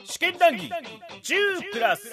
試験談義10プラス。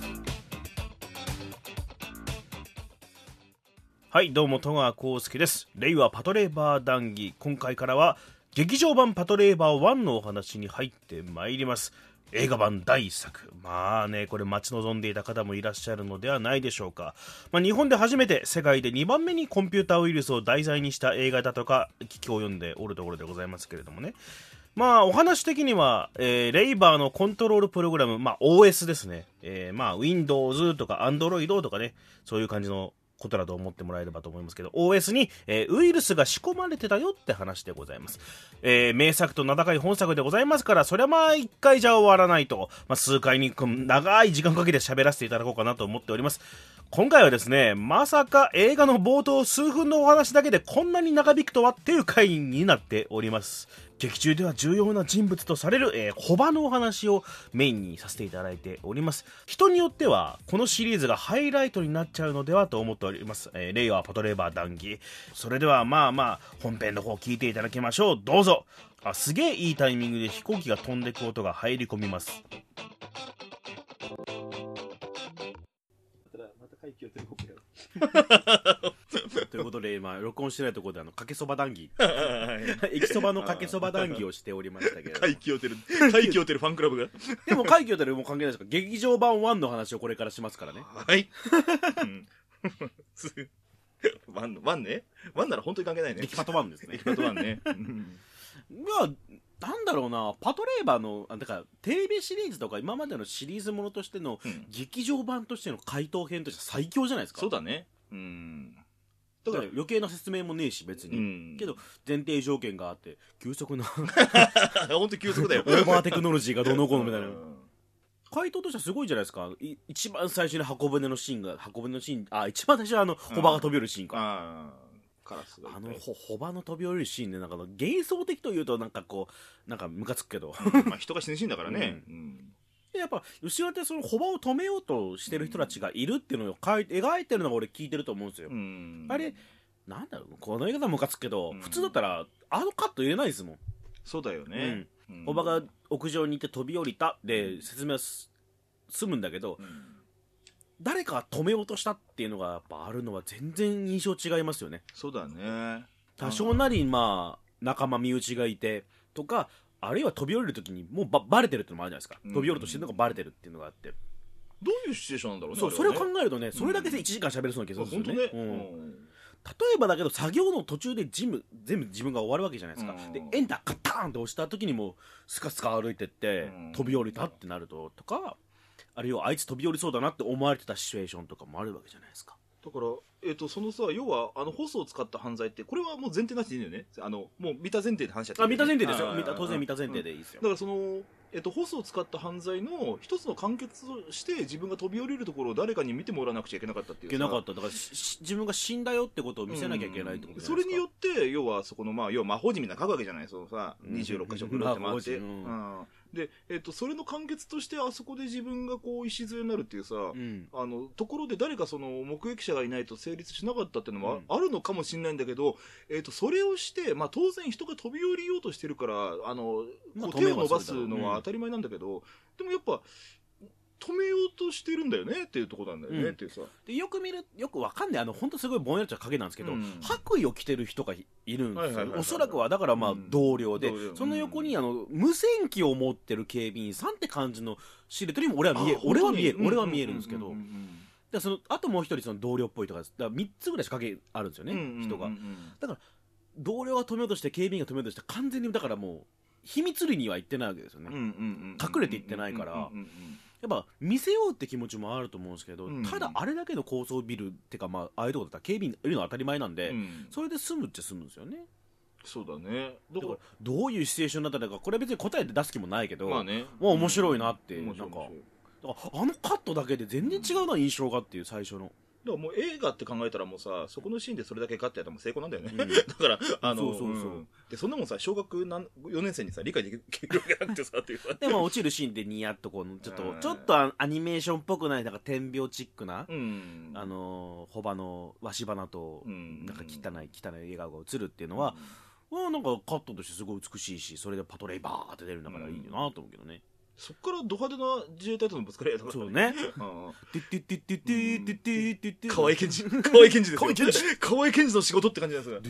はい、どうも戸川浩介です。令和パトレーバー談義、今回からは劇場版パトレーバー1のお話に入ってまいります。映画版第1作、まあね、これ待ち望んでいた方もいらっしゃるのではないでしょうか。日本で初めて、世界で2番目にコンピューターウイルスを題材にした映画だとか聞き及んでおるところでございますけれどもね。お話的には、レイバーのコントロールプログラム、OS ですね。Windows とか Android とかね、そういう感じのことだと思ってもらえればと思いますけど、 OS に、ウイルスが仕込まれてたよって話でございます。名作と名高い本作でございますから、それは1回じゃ終わらないと、数回に長い時間かけて喋らせていただこうかなと思っております。今回はですね、まさか映画の冒頭数分のお話だけでこんなに長引くとはっていう回になっております。劇中では重要な人物とされる、ホバのお話をメインにさせていただいております。人によってはこのシリーズがハイライトになっちゃうのではと思っております。令和パトレーバー談義、それでは本編の方聞いていただきましょう。どうぞ。すげえいいタイミングで飛行機が飛んでく音が入り込みます。また会議を取る方やろということで、録音してないところでかけそば談義駅そばのかけそば談義をしておりましたけど、 怪奇ホテルファンクラブがでも怪奇ホテルも関係ないですか。劇場版1の話をこれからしますからね。 はい、ワンね、ワンなら本当に関係ないね。 劇パト1ですね。 劇パト1ねなんだろうな、パトレーバーのだからテレビシリーズとか今までのシリーズものとしての、劇場版としての回答編として最強じゃないですか。 そうだね。 だから余計な説明もねえし別に、けど前提条件があって急速な本当に急速だよオーバーテクノロジーがどのこのみたいな回答としてはすごいじゃないですか。一番最初に箱舟のシーン、一番最初はホバが飛び降りるシーンか。 カラスがホバの飛び降りるシーンで幻想的というとムカつくけど人が死ぬシーンだからね。 やっぱ後ろってそのホバを止めようとしてる人たちがいるっていうのを描いてるのが俺聞いてると思うんですよ。あれなんだろう、この映画はムカつくけど、普通だったらカット入れないですもん。 そうだよね。 ホバが屋上に行って飛び降りたで説明は済むんだけど、誰かが止めようとしたっていうのがやっぱあるのは全然印象違いますよね。 そうだね。 多少なり仲間身内がいてとか、あるいは飛び降りるときにもうバレてるってのもあるじゃないですか。飛び降りるとしてるのがバレてるっていうのがあって、 どういうシチュエーションなんだろうね。 それを考えるとね、それだけで1時間喋るそうな気がするんですよね。例えばだけど作業の途中で全部自分が終わるわけじゃないですか。でエンターカッターンって押した時にもスカスカ歩いてって飛び降りたってなるとか、あるいはあいつ飛び降りそうだなって思われてたシチュエーションとかもあるわけじゃないですか。 だからそのさ、要はホスを使った犯罪ってこれはもう前提なしでいいんだよね。もう見た前提で話しちゃって、 見た前提ですよ。当然見た前提でいいですよ。 だからそのホスを使った犯罪の一つの完結として自分が飛び降りるところを誰かに見てもらわなくちゃいけなかったっていう。 いけなかった。だから自分が死んだよってことを見せなきゃいけないってことじゃないですか。 それによって要はそこの要は魔法陣みたいな書くわけじゃない。そのさ26箇所ぐるって回って、でそれの完結としてあそこで自分がこう礎になるっていうさ、ところで誰かその目撃者がいないと成立しなかったっていうのはあるのかもしれないんだけど、それをして当然人が飛び降りようとしてるからこう手を伸ばすのは当たり前なんだけど、でもやっぱ止めようとしてるんだよねっていうところなんだよね、っていうさ。 でよくわかんない本当すごいぼんやりとした影なんですけど、白衣を着てる人がいるんですよ。おそらくはだから同僚で、その横に無線機を持ってる警備員さんって感じのシルエットにも俺は見えるんですけど、そのあともう一人その同僚っぽいとか、だから3つぐらいしか影あるんですよね、人が。だから同僚が止めようとして警備員が止めようとして完全にだからもう秘密裏には行ってないわけですよね。隠れて行ってないから。やっぱ見せようって気持ちもあると思うんですけど、ただあれだけの高層ビルってかああいうとこだったら警備員いるのは当たり前なんで、それで済むっちゃ済むんですよね。 そうだね。 だからどういうシチュエーションだったのかこれは別に答えで出す気もないけど、もう面白いなって、だからカットだけで全然違うな、印象がっていう最初の。 だからもう映画って考えたらもうさ、そこのシーンでそれだけカットやったらもう成功なんだよね、だからでそんなもんさ、小学4年生にさ理解できるわけなくてさっていうでも落ちるシーンでニヤッとこうちょっとアニメーションっぽくない点描チックな、ホバのわし花と汚い笑顔が映るっていうのは、なんかカットとしてすごい美しいし、それでパトレイバーって出るんだからいいよなと思うけどね。 そっからド派手な自衛隊とのぶつかり合いだからそうね。 河合健二河合健二ですよ。河合健二の仕事って感じなんですよ。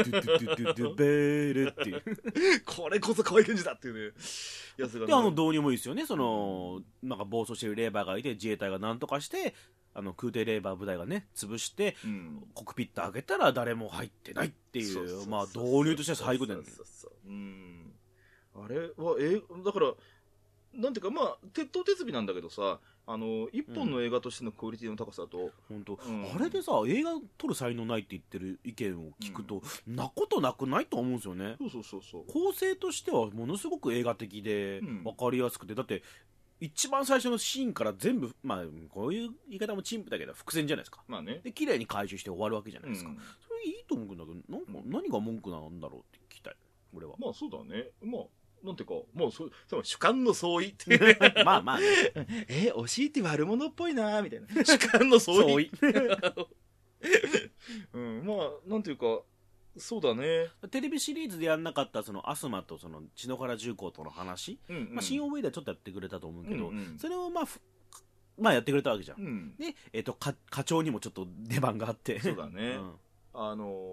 これこそ河合健二だっていうねやつが。 で導入もいいですよね。そのなんか暴走してるレーバーがいて、自衛隊がなんとかして空挺レーバー部隊がね潰して、コックピット開けたら誰も入ってないっていう、まあ導入としては最後だよね。 あれはだからなんていうか、まあ鉄頭鉄尾なんだけどさ、一本の映画としてのクオリティの高さと、 本当、あれでさ、映画撮る才能ないって言ってる意見を聞くと、なことなくないと思うんですよね。 そう構成としてはものすごく映画的で分かりやすくて、だって一番最初のシーンから全部、まあこういう言い方も陳腐だけど伏線じゃないですか。 まあね。 で綺麗に回収して終わるわけじゃないですか。それいいと思うんだけど、なんか何が文句なんだろうって聞きたい。俺は。 まあそうだね。まあなんていうか、もう主観の相違っていう。 まあまあ、ね、 惜しいって悪者っぽいなみたいな。主観の相違。まあなんていうか、そうだね。 テレビシリーズでやんなかったそのアスマとその篠原重工との話、まあ新オンウェイではちょっとやってくれたと思うけど、それをまあやってくれたわけじゃん。で課長にもちょっと出番があって。 そうだね。あ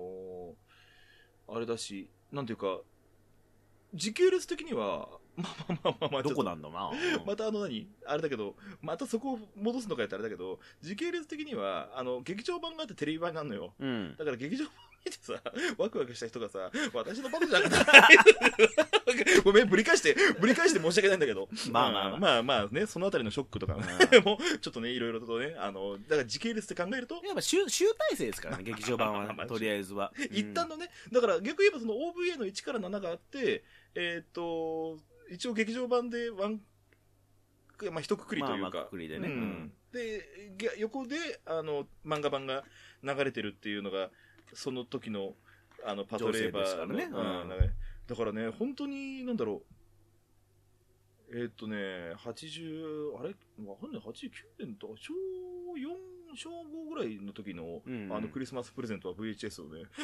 れだし、なんていうか。時系列的にはまあどこなんだな。 またあれだけど、またそこを戻すのかやったらあれだけど、時系列的には劇場版があってテレビ版になるのよ。だから劇場版見てさ、ワクワクした人がさ、私のバトじゃなかったごめん、ぶり返して申し訳ないんだけど、まあね、そのあたりのショックとかもちょっとね、いろいろとね、だから時系列って考えると、 やっぱ集大成ですからね、劇場版はとりあえずは一旦のね。だから逆に言えばその OVA の1から7があって、一応劇場版で一括りというか、 括りでね、 で横で漫画版が流れてるっていうのがその時のパトレーバーのね、だからね、本当になんだろう、80あれわかんない、89年とか小4小5ぐらいの時の、クリスマスプレゼントは VHS をね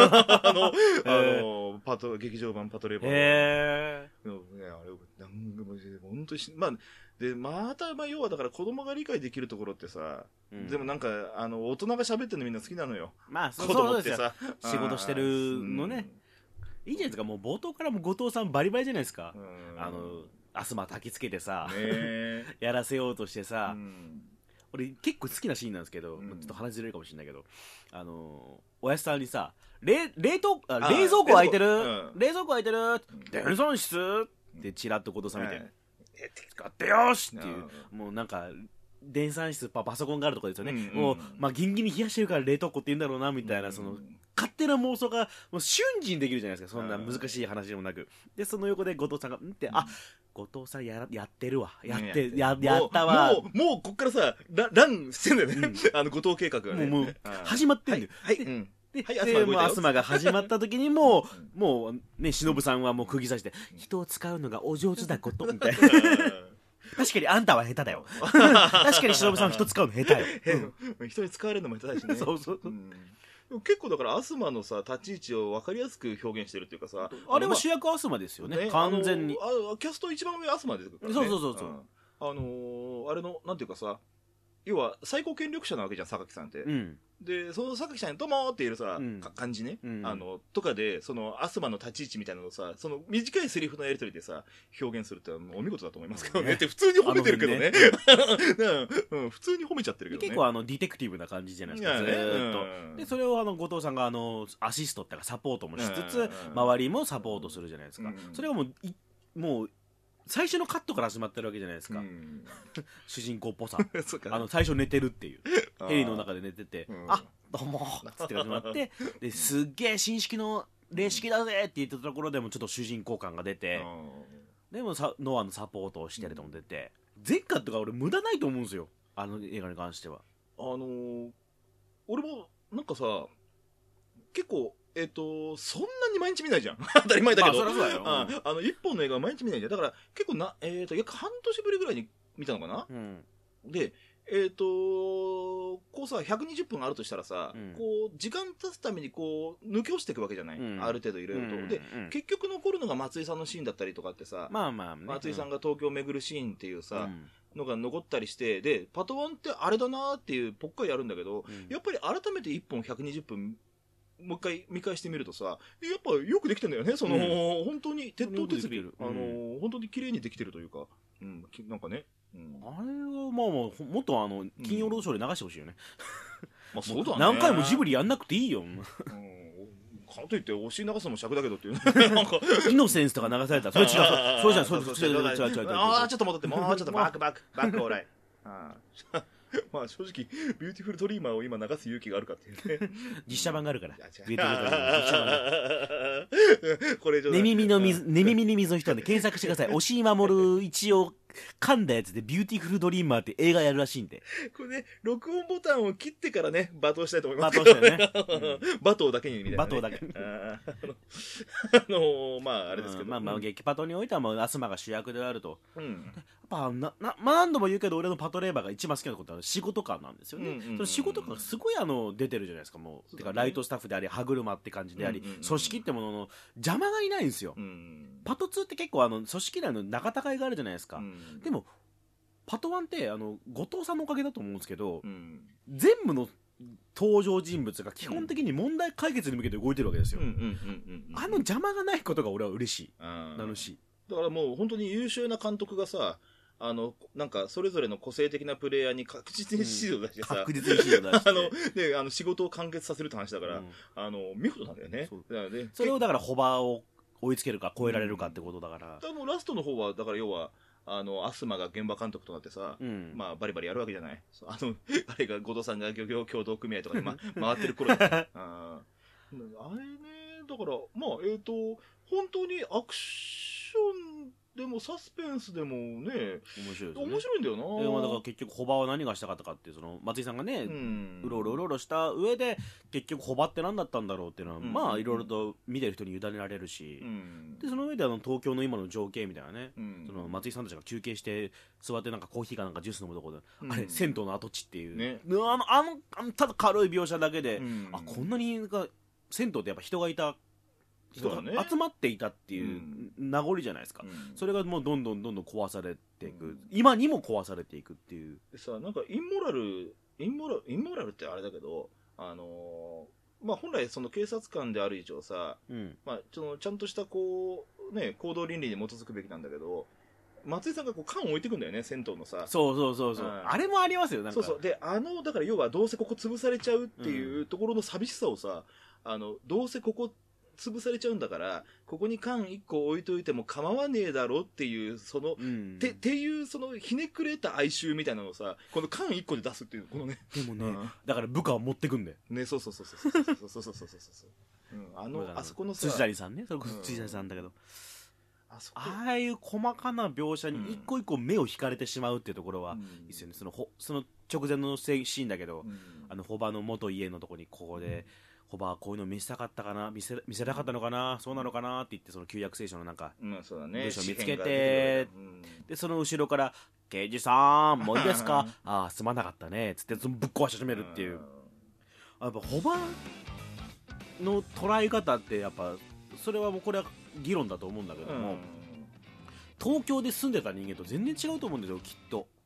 劇場版パトレーバーあれなんか本当にまあでまた要はだから子供が理解できるところってさ、でもなんか大人が喋ってるのみんな好きなのよ。 まあ子供ってさ仕事してるのね、いいじゃないですか。もう冒頭からも後藤さんバリバリじゃないですか。アスマ焚きつけてさやらせようとしてさ、俺結構好きなシーンなんですけど、ちょっと話ずれるかもしれないけど、おやすさんにさ、冷蔵庫開いてる、冷蔵庫開いてる、電算室ってチラッと後藤さん見て、使ってよしっていう、もうなんか電算室パソコンがあるところですよね。もうまあギンギンに冷やしてるから冷凍庫って言うんだろうなみたいな、その勝手な妄想がもう瞬時にできるじゃないですか。そんな難しい話でもなく。でその横で後藤さんがって後藤さんやってるわ、やったわ。 もうこっからさランしてんだよね後藤計画がね。 もう始まってんだよ。でアスマが始まった時にもうね、忍さんはもう釘刺して人を使うのがお上手だことみたいな確かにあんたは下手だよ確かに忍さん人使うの下手よ人に使われるのも下手だしね。結構だからアスマのさ立ち位置を分かりやすく表現してるっていうかさ、 あれは主役アスマですよね、完全に。 キャスト一番上アスマ出てくるからね。 そうあれのなんていうかさ、要は最高権力者なわけじゃん榊さんって。でその榊さんに「どうも」って言えるさ、感じね、とかでそのアスマの立ち位置みたいなのをさ、その短いセリフのやり取りでさ表現するってお見事だと思いますけどね。って普通に褒めてるけどね普通に褒めちゃってるけどね。 結構ディテクティブな感じじゃないですか、ずーっと。でそれを後藤さんがアシストってかサポートもしつつ、周りもサポートするじゃないですか。それがもう最初のカットから始まってるわけじゃないですか、主人公っぽさ最初寝てるっていう、ヘリの中で寝てて「あどうも」って始まってですっげえ新式の霊式だぜって言ったところでもちょっと主人公感が出て、でもノアのサポートをしてるとも出て、前回とか俺無駄ないと思うんですよ、映画に関しては。 俺もなんかさ結構そんなに毎日見ないじゃん当たり前だけど、一本の映画は毎日見ないじゃん。だから結構約半年ぶりぐらいに見たのかな、でこうさ、120分あるとしたらさ、こう、時間経つためにこう、抜け落ちていくわけじゃない、ある程度いろいろと。で、結局残るのが松井さんのシーンだったりとかってさ、松井さんが東京を巡るシーンっていうさ、のが残ったりして、で、パト1ってあれだなーっていうぽっかりやるんだけど、やっぱり改めて1本120分、もう一回見返してみるとさ、やっぱよくできてんだよね、その、本当に、鉄頭鉄尾、本当に綺麗にできてるというか、なんかね。 あれはまあもっと金曜ロードショーで流してほしいよね。 まあそうだね。 何回もジブリやんなくていいよ。 かといってお尻流すのも尺だけどっていう。 イノセンスとか流されたらそれ違う。それじゃん、それ違う。 ああ、ちょっと戻って、もうちょっとバックオーライ。まあ正直ビューティフルドリーマーを今流す勇気があるかっていうね。 実写版があるから。ビューティフルドリーマー実写版が。 これ寝耳に水の人で検索してください。押井守一応噛んだやつでビューティフルドリーマーって映画やるらしいんで。 これね、録音ボタンを切ってからね、罵倒したいと思います。 罵倒したよね。 罵倒だけにみたいな、ね。 罵倒だけ。 まああれですけど。 まあ劇パトにおいてはもうアスマが主役であると。やっぱ何度も言うけど俺のパトレーバーが一番好きなことは仕事感なんですよね。その仕事感がすごい出てるじゃないですか。もうてかライトスタッフであり歯車って感じであり、組織ってものの邪魔がいないんですよ。パト2って結構組織内の仲違いがあるじゃないですか。でもパト1って後藤さんのおかげだと思うんですけど、全部の登場人物が基本的に問題解決に向けて動いてるわけですよ。邪魔がないことが俺は嬉しい。楽しい。 だからもう本当に優秀な監督がさ、なんかそれぞれの個性的なプレイヤーに確実に指示を出してさ、 確実に指示を出して仕事を完結させるって話だから、見事なんだよね。 それをだからホバーを追いつけるか超えられるかってことだから。 ラストの方はだから要はアスマが現場監督となってさ、まあバリバリやるわけじゃない。あれが後藤さんが漁業協同組合とかで、回ってる頃だね。あれね、だからまあ本当にアクションでもサスペンスでもね、面白いんだよな。 だから結局ホバは何がしたかったかっていう、その松井さんがね、うろうろした上で結局ホバって何だったんだろうっていうのは、まあいろいろと見てる人に委ねられるし、でその上で東京の今の情景みたいなね、その松井さんたちが休憩して座ってなんかコーヒーかなんかジュース飲むところで、あれ銭湯の跡地っていう、ただ軽い描写だけで、こんなに銭湯ってやっぱ人がいた、人が集まっていたっていう名残じゃないですか。それがもうどんどん壊されていく、今にも壊されていくっていう。 でさ、なんかインモラルってあれだけど、まあ本来その警察官である以上さ、まあちゃんとしたこうね行動倫理に基づくべきなんだけど、松井さんがこう缶を置いてくんだよね、銭湯のさ。 そう、あれもありますよ。なんかそうでだから要はどうせここ潰されちゃうっていうところの寂しさをさ、どうせここ潰されちゃうんだからここに缶1個置いといても構わねえだろっていうその、っていうそのひねくれた哀愁みたいなのをさ、この缶1個で出すっていうこのね。 でもね、だから部下を持ってくんだよね。そうあそこのさ、 辻谷さんね、それこそ辻谷さんだけど、ああいう細かな描写に一個一個目を引かれてしまうっていうところはいいですよね。その直前のシーンだけど、ホバの元家のとこにここで、ホバーこういうの見せたかったかな、見せたかったのかな、そうなのかなって言って、その旧約聖書のなんか文章を見つけて、でその後ろから刑事さんもういいですかすまなかったねつってぶっ壊し始めるっていう、やっぱホバーの捉え方ってやっぱそれはもうこれは議論だと思うんだけども、東京で住んでた人間と全然違うと思うんですよ、きっと。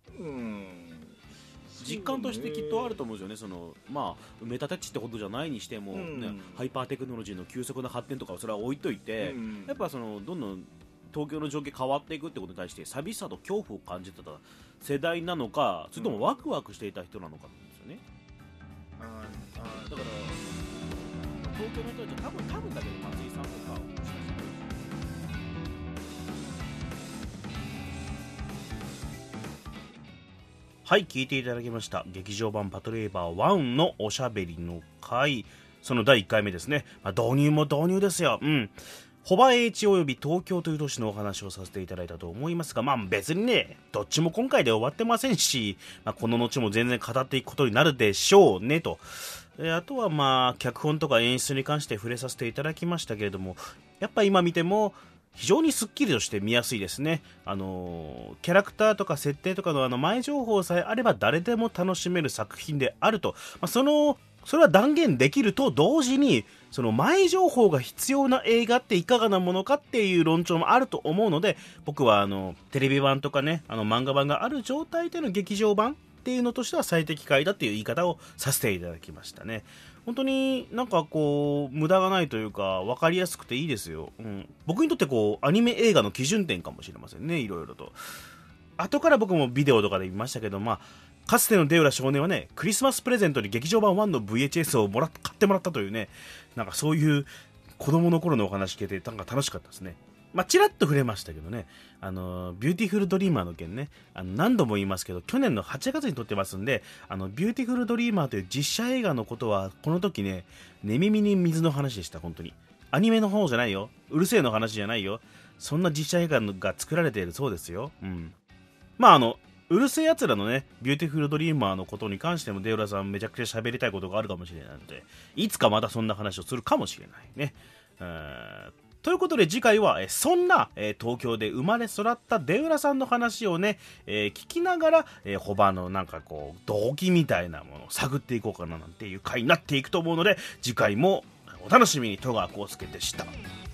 実感としてきっとあると思うんですよね。まあ埋め立て地ってことじゃないにしても、ハイパーテクノロジーの急速な発展とかそれは置いといて、やっぱどんどん東京の状況変わっていくってことに対して寂しさと恐怖を感じてた世代なのか、それともワクワクしていた人なのかなんですよね。だから東京の人たちは多分だけど松井さんとかもしかしてはい、聞いていただきました。劇場版パトレーバー1のおしゃべりの回、その第1回目ですね。導入も導入ですよ。ホバー H および東京という都市のお話をさせていただいたと思いますが、別にね、どっちも今回で終わってませんし、この後も全然語っていくことになるでしょうねと。あとは脚本とか演出に関して触れさせていただきましたけれども、やっぱ今見ても非常にスッキリとして見やすいですね。キャラクターとか設定とかの前情報さえあれば誰でも楽しめる作品であると、それは断言できると同時に、その前情報が必要な映画っていかがなものかっていう論調もあると思うので、僕はテレビ版とかね、漫画版がある状態での劇場版っていうのとしては最適解だっていう言い方をさせていただきましたね。本当になんか無駄がないというか分かりやすくていいですよ。僕にとってアニメ映画の基準点かもしれませんね、いろいろと。後から僕もビデオとかで見ましたけど、かつての出浦少年はね、クリスマスプレゼントに劇場版1の VHS を買ってもらったというね、なんかそういう子供の頃のお話聞いてなんか楽しかったですね。ちらっと触れましたけどね、ビューティフルドリーマーの件ね、何度も言いますけど、去年の8月に撮ってますんで、ビューティフルドリーマーという実写映画のことは、この時ね、寝耳に水の話でした、本当に。アニメの方じゃないよ。うるせえの話じゃないよ。そんな実写映画が作られているそうですよ。うるせえ奴らのね、ビューティフルドリーマーのことに関しても、デウラさんめちゃくちゃ喋りたいことがあるかもしれないので、いつかまたそんな話をするかもしれないね。ということで次回はそんな東京で生まれ育った出浦さんの話をね、聞きながらホバのなんか動機みたいなものを探っていこうかななんていう回になっていくと思うので、次回もお楽しみに。戸川浩介でした。